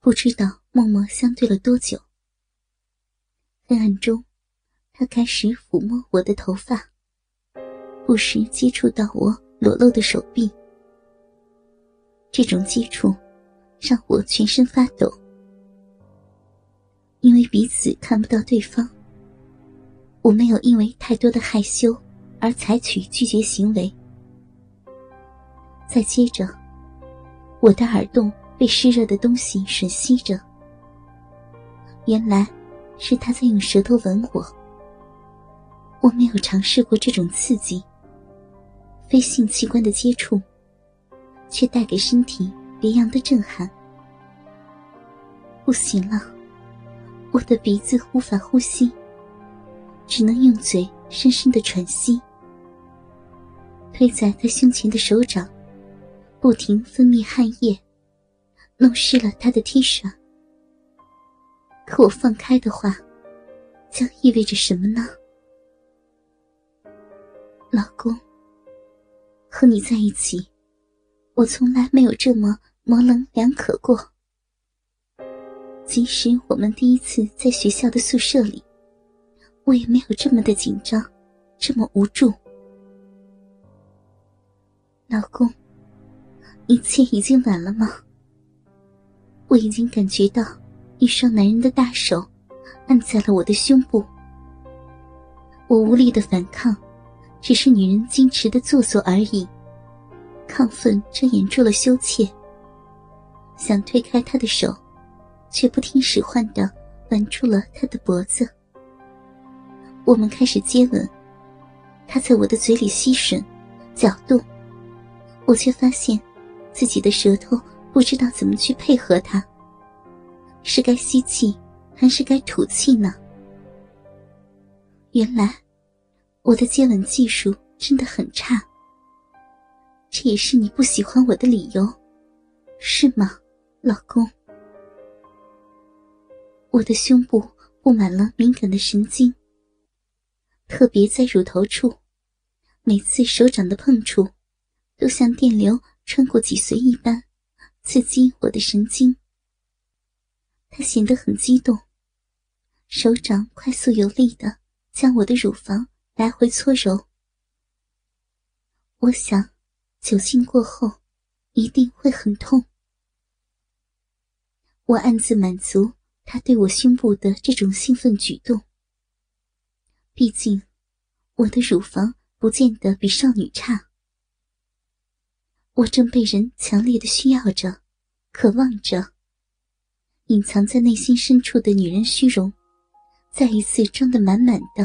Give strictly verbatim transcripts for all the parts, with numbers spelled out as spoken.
不知道默默相对了多久。黑暗中，他开始抚摸我的头发，不时接触到我裸露的手臂。这种接触让我全身发抖，因为彼此看不到对方，我没有因为太多的害羞而采取拒绝行为。再接着，我的耳洞被湿热的东西吮吸着，原来是他在用舌头吻我。我没有尝试过这种刺激，非性器官的接触，却带给身体别样的震撼。不行了，我的鼻子无法呼吸，只能用嘴深深的喘息。推在他胸前的手掌不停分泌汗液，弄湿了他的 T 恤。可我放开的话，将意味着什么呢？老公，和你在一起，我从来没有这么模棱两可过。即使我们第一次在学校的宿舍里，我也没有这么的紧张，这么无助。老公，一切已经晚了吗？我已经感觉到一双男人的大手按在了我的胸部。我无力的反抗，只是女人矜持的做作而已。亢奋遮掩住了羞怯，想推开他的手，却不听使唤地挽住了他的脖子。我们开始接吻，他在我的嘴里吸吮搅动，我却发现自己的舌头不知道怎么去配合他，是该吸气还是该吐气呢？原来我的接吻技术真的很差，这也是你不喜欢我的理由，是吗，老公？我的胸部布满了敏感的神经，特别在乳头处，每次手掌的碰触都像电流穿过脊髓一般，刺激我的神经。他显得很激动，手掌快速有力地将我的乳房来回搓揉。我想酒精过后一定会很痛。我暗自满足他对我胸部的这种兴奋举动，毕竟我的乳房不见得比少女差。我正被人强烈的需要着，渴望着。隐藏在内心深处的女人虚荣再一次装得满满的。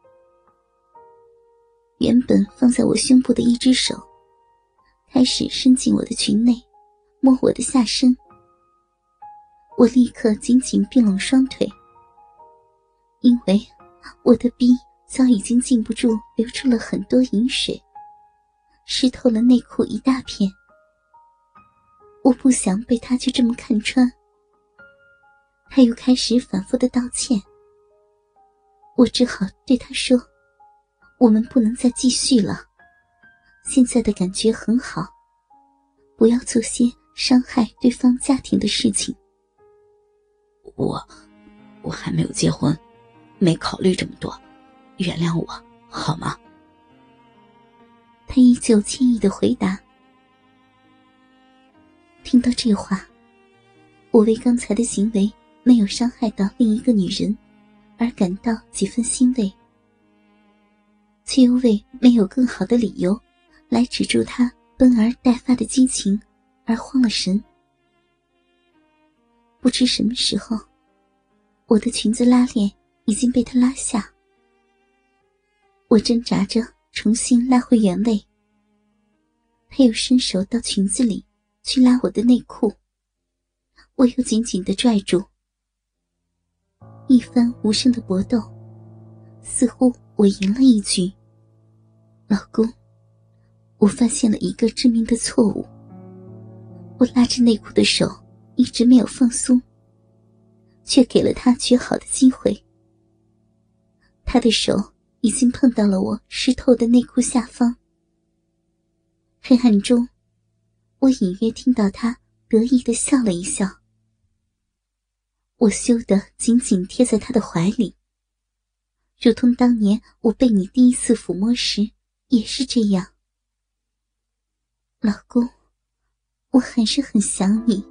原本放在我胸部的一只手开始伸进我的裙内，摸我的下身。我立刻紧紧并拢双腿，因为我的逼早已经禁不住流出了很多饮水，湿透了内裤一大片。我不想被他就这么看穿。他又开始反复的道歉，我只好对他说，我们不能再继续了，现在的感觉很好，不要做些伤害对方家庭的事情。 我我还没有结婚，没考虑这么多，原谅我好吗？ 他依旧轻易地回答。听到这话，我为刚才的行为没有伤害到另一个女人而感到几分欣慰，却又为没有更好的理由来止住他奔而待发的激情而慌了神。不知什么时候，我的裙子拉链已经被他拉下，我挣扎着重新拉回原位。他又伸手到裙子里去拉我的内裤，我又紧紧地拽住。一番无声的搏斗，似乎我赢了一局。老公，我发现了一个致命的错误，我拉着内裤的手一直没有放松，却给了他绝好的机会。他的手已经碰到了我湿透的内裤下方。黑暗中，我隐约听到他得意地笑了一笑。 我羞得紧紧贴在他的怀里，如同当年我被你第一次抚摸时也是这样。老公，我还是很想你。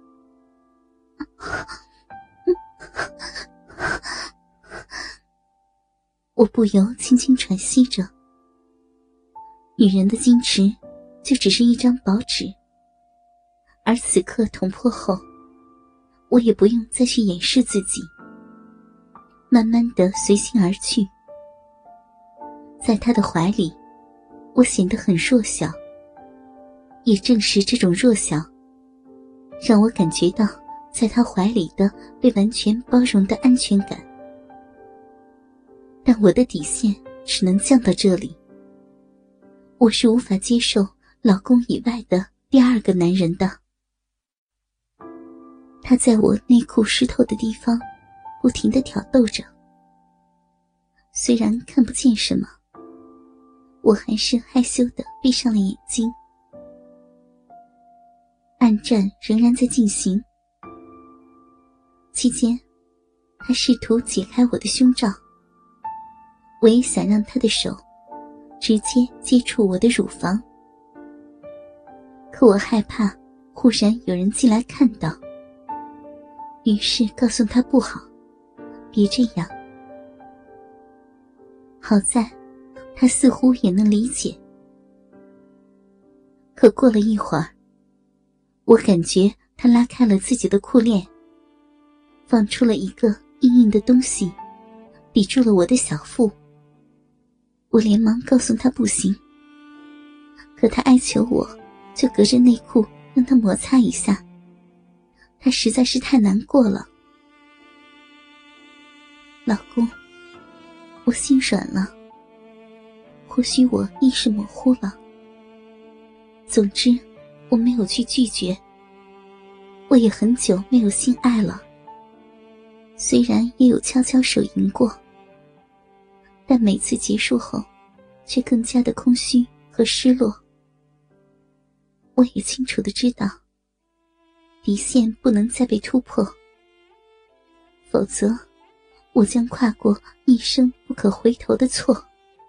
我不由轻轻喘息着。女人的矜持就只是一张薄纸，而此刻捅破后，我也不用再去掩饰自己，慢慢地随心而去。在他的怀里，我显得很弱小，也正是这种弱小，让我感觉到在他怀里的被完全包容的安全感。但我的底线只能降到这里，我是无法接受老公以外的第二个男人的。他在我内裤湿透的地方不停地挑逗着，虽然看不见什么，我还是害羞地闭上了眼睛。暗战仍然在进行，期间他试图解开我的胸罩，我也想让他的手直接接触我的乳房，可我害怕忽然有人进来看到，于是告诉他不好，别这样。好在他似乎也能理解。可过了一会儿，我感觉他拉开了自己的裤链，放出了一个硬硬的东西，抵住了我的小腹。我连忙告诉他不行，可他哀求我就隔着内裤让他摩擦一下，他实在是太难过了。老公，我心软了，或许我意识模糊了，总之我没有去拒绝。我也很久没有性爱了，虽然也有悄悄手淫过，但每次结束后却更加的空虚和失落。我也清楚地知道底线不能再被突破，否则我将跨过一生不可回头的错。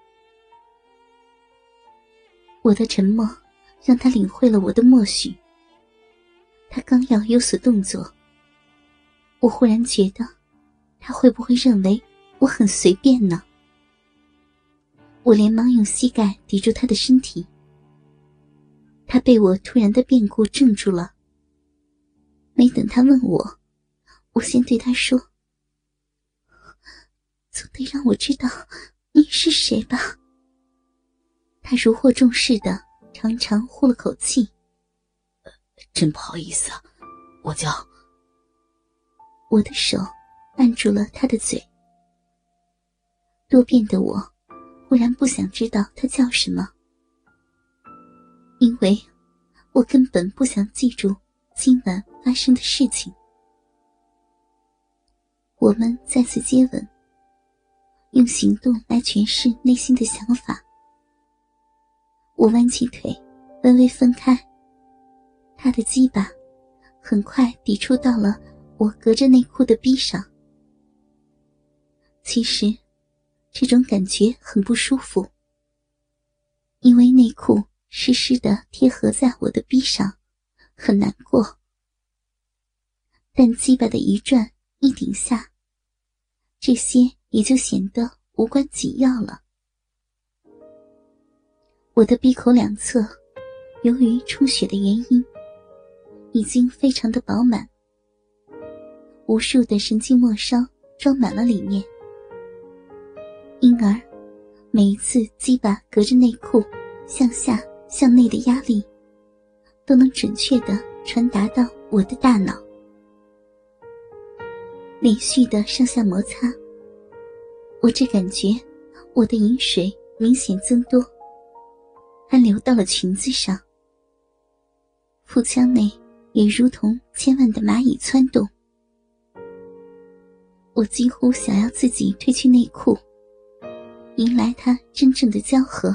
我的沉默让他领会了我的默许，他刚要有所动作，我忽然觉得他会不会认为我很随便呢？我连忙用膝盖抵住他的身体，他被我突然的变故怔住了。没等他问我，我先对他说，总得让我知道你是谁吧。他如获重视的长长呼了口气， 真不好意思啊，我叫…… 我的手按住了他的嘴。多变的我忽然不想知道他叫什么，因为我根本不想记住今晚发生的事情。我们再次接吻，用行动来诠释内心的想法。我弯起腿微微分开，他的鸡巴很快抵触到了我隔着内裤的逼上。其实这种感觉很不舒服，因为内裤湿湿地贴合在我的逼上，很难过。但鸡巴的一转一顶下，这些也就显得无关紧要了。我的鼻口两侧由于充血的原因已经非常的饱满，无数的神经末梢装满了里面，因而每一次鸡巴隔着内裤向下向内的压力都能准确地传达到我的大脑。连续的上下摩擦，我只感觉我的饮水明显增多，还流到了裙子上，腹腔内也如同千万的蚂蚁窜动。我几乎想要自己褪去内裤，迎来它真正的交合。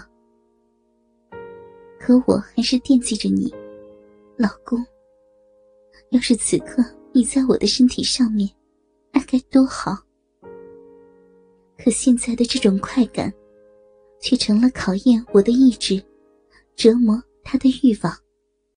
可我还是惦记着你，老公。要是此刻你在我的身体上面， 该多好。可现在的这种快感却成了考验我的意志，折磨他的欲望。